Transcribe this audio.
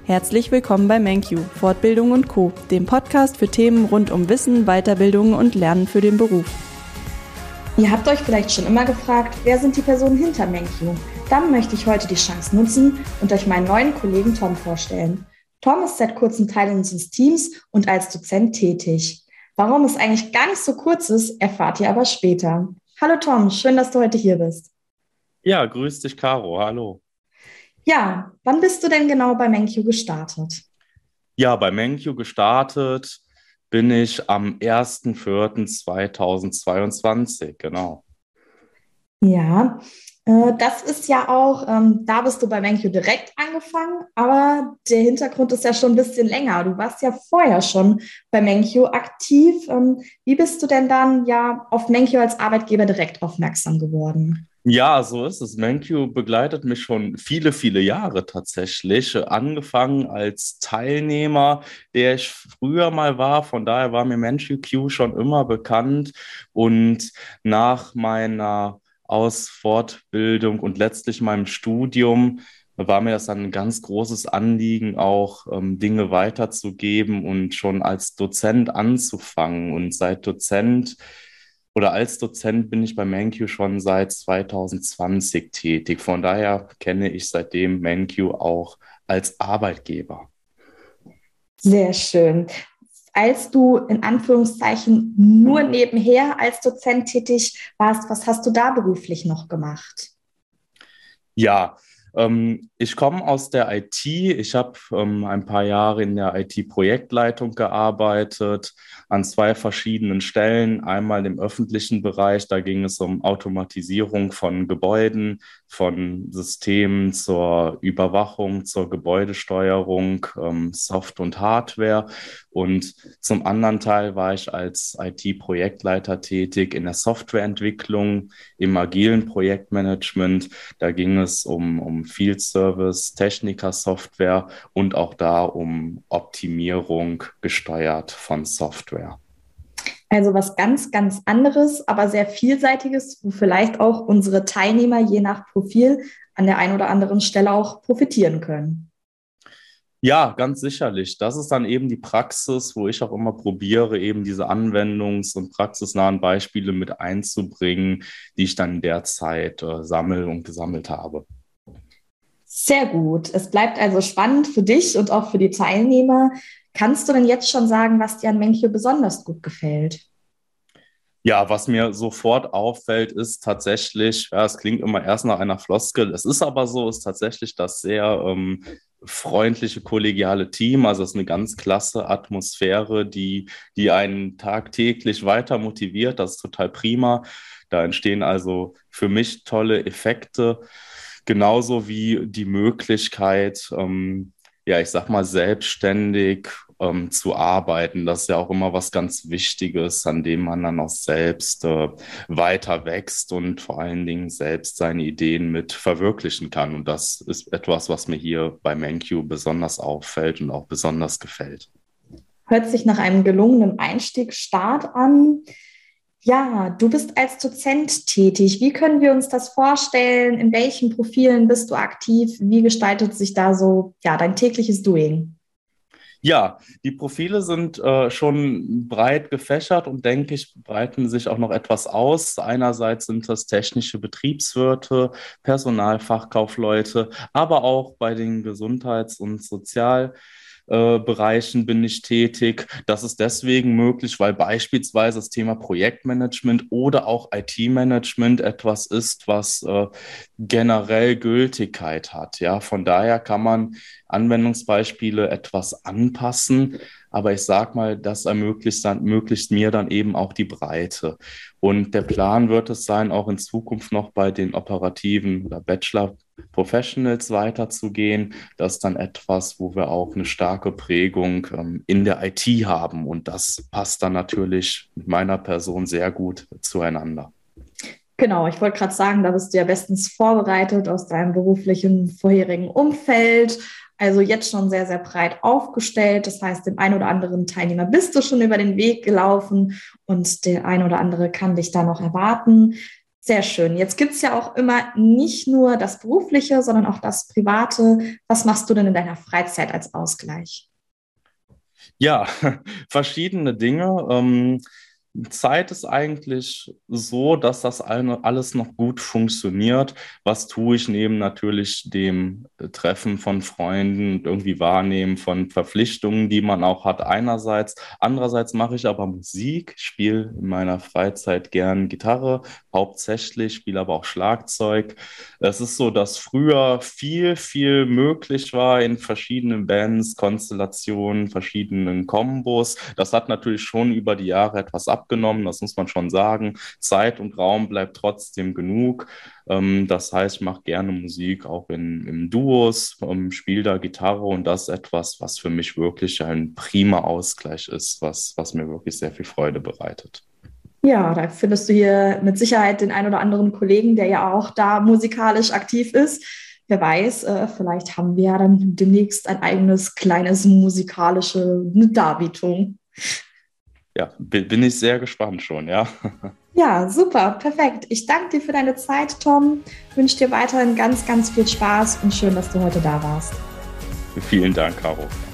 Herzlich willkommen bei MenQ, Fortbildung und Co., dem Podcast für Themen rund um Wissen, Weiterbildung und Lernen für den Beruf. Ihr habt euch vielleicht schon immer gefragt, wer sind die Personen hinter MenQ? Dann möchte ich heute die Chance nutzen und euch meinen neuen Kollegen Tom vorstellen. Tom ist seit kurzem Teil unseres Teams und als Dozent tätig. Warum es eigentlich gar nicht so kurz ist, erfahrt ihr aber später. Hallo Tom, schön, dass du heute hier bist. Ja, grüß dich, Caro. Hallo. Ja, wann bist du denn genau bei MenQ gestartet? Ja, bei MenQ gestartet bin ich am 1.4.2022, genau. Ja, das ist ja auch, da bist du bei MenQ direkt angefangen, aber der Hintergrund ist ja schon ein bisschen länger. Du warst ja vorher schon bei MenQ aktiv. Wie bist du denn dann ja auf MenQ als Arbeitgeber direkt aufmerksam geworden? Ja, so ist es. MenQ begleitet mich schon viele, viele Jahre tatsächlich. Angefangen als Teilnehmer, der ich früher mal war. Von daher war mir MenQ schon immer bekannt. Und nach meiner Fortbildung und letztlich meinem Studium war mir das dann ein ganz großes Anliegen, auch Dinge weiterzugeben und schon als Dozent anzufangen. Und als Dozent bin ich bei MenQ schon seit 2020 tätig. Von daher kenne ich seitdem MenQ auch als Arbeitgeber. Sehr schön. Als du in Anführungszeichen nur nebenher als Dozent tätig warst, was hast du da beruflich noch gemacht? Ja, ich komme aus der IT. Ich habe ein paar Jahre in der IT-Projektleitung gearbeitet, an zwei verschiedenen Stellen. Einmal im öffentlichen Bereich, da ging es um Automatisierung von Gebäuden, von Systemen zur Überwachung, zur Gebäudesteuerung, Soft- und Hardware. Und zum anderen Teil war ich als IT-Projektleiter tätig in der Softwareentwicklung, im agilen Projektmanagement. Da ging es um Field Service, Techniker-Software und auch da um Optimierung gesteuert von Software. Also was ganz, ganz anderes, aber sehr vielseitiges, wo vielleicht auch unsere Teilnehmer je nach Profil an der einen oder anderen Stelle auch profitieren können. Ja, ganz sicherlich. Das ist dann eben die Praxis, wo ich auch immer probiere, eben diese anwendungs- und praxisnahen Beispiele mit einzubringen, die ich dann in der Zeit sammle und gesammelt habe. Sehr gut. Es bleibt also spannend für dich und auch für die Teilnehmer. Kannst du denn jetzt schon sagen, was dir an MenQ besonders gut gefällt? Ja, was mir sofort auffällt, ist tatsächlich, ja, es klingt immer erst nach einer Floskel, es ist aber so, ist tatsächlich das sehr freundliche, kollegiale Team. Also es ist eine ganz klasse Atmosphäre, die einen tagtäglich weiter motiviert. Das ist total prima. Da entstehen also für mich tolle Effekte, genauso wie die Möglichkeit, ja, ich sag mal, selbstständig zu arbeiten. Das ist ja auch immer was ganz Wichtiges, an dem man dann auch selbst weiter wächst und vor allen Dingen selbst seine Ideen mit verwirklichen kann. Und das ist etwas, was mir hier bei MenQ besonders auffällt und auch besonders gefällt. Hört sich nach einem gelungenen Einstiegsstart an. Ja, du bist als Dozent tätig. Wie können wir uns das vorstellen? In welchen Profilen bist du aktiv? Wie gestaltet sich da so, ja, dein tägliches Doing? Ja, die Profile sind schon breit gefächert und denke ich, breiten sich auch noch etwas aus. Einerseits sind das technische Betriebswirte, Personalfachkaufleute, aber auch bei den Gesundheits- und Sozialbereichen bin ich tätig. Das ist deswegen möglich, weil beispielsweise das Thema Projektmanagement oder auch IT-Management etwas ist, was generell Gültigkeit hat. Ja, von daher kann man Anwendungsbeispiele etwas anpassen, aber ich sage mal, das ermöglicht mir dann eben auch die Breite. Und der Plan wird es sein, auch in Zukunft noch bei den operativen oder Bachelor Professionals weiterzugehen. Das ist dann etwas, wo wir auch eine starke Prägung in der IT haben. Und das passt dann natürlich mit meiner Person sehr gut zueinander. Genau, ich wollte gerade sagen, da bist du ja bestens vorbereitet aus deinem beruflichen vorherigen Umfeld. Also jetzt schon sehr, sehr breit aufgestellt. Das heißt, dem einen oder anderen Teilnehmer bist du schon über den Weg gelaufen und der ein oder andere kann dich da noch erwarten. Sehr schön. Jetzt gibt es ja auch immer nicht nur das Berufliche, sondern auch das Private. Was machst du denn in deiner Freizeit als Ausgleich? Ja, verschiedene Dinge. Zeit ist eigentlich so, dass das alles noch gut funktioniert. Was tue ich neben natürlich dem Treffen von Freunden und irgendwie Wahrnehmen von Verpflichtungen, die man auch hat einerseits. Andererseits mache ich aber Musik, spiele in meiner Freizeit gern Gitarre, hauptsächlich, spiele aber auch Schlagzeug. Es ist so, dass früher viel möglich war in verschiedenen Bands, Konstellationen, verschiedenen Kombos. Das hat natürlich schon über die Jahre etwas abgenommen, das muss man schon sagen. Zeit und Raum bleibt trotzdem genug. Das heißt, ich mache gerne Musik auch in Duos, spiele da Gitarre und das ist etwas, was für mich wirklich ein prima Ausgleich ist, was mir wirklich sehr viel Freude bereitet. Ja, da findest du hier mit Sicherheit den einen oder anderen Kollegen, der ja auch da musikalisch aktiv ist. Wer weiß, vielleicht haben wir ja dann demnächst ein eigenes kleines musikalische Darbietung. Ja, bin ich sehr gespannt schon, ja. Ja, super, perfekt. Ich danke dir für deine Zeit, Tom. Wünsche dir weiterhin ganz viel Spaß und schön, dass du heute da warst. Vielen Dank, Caro.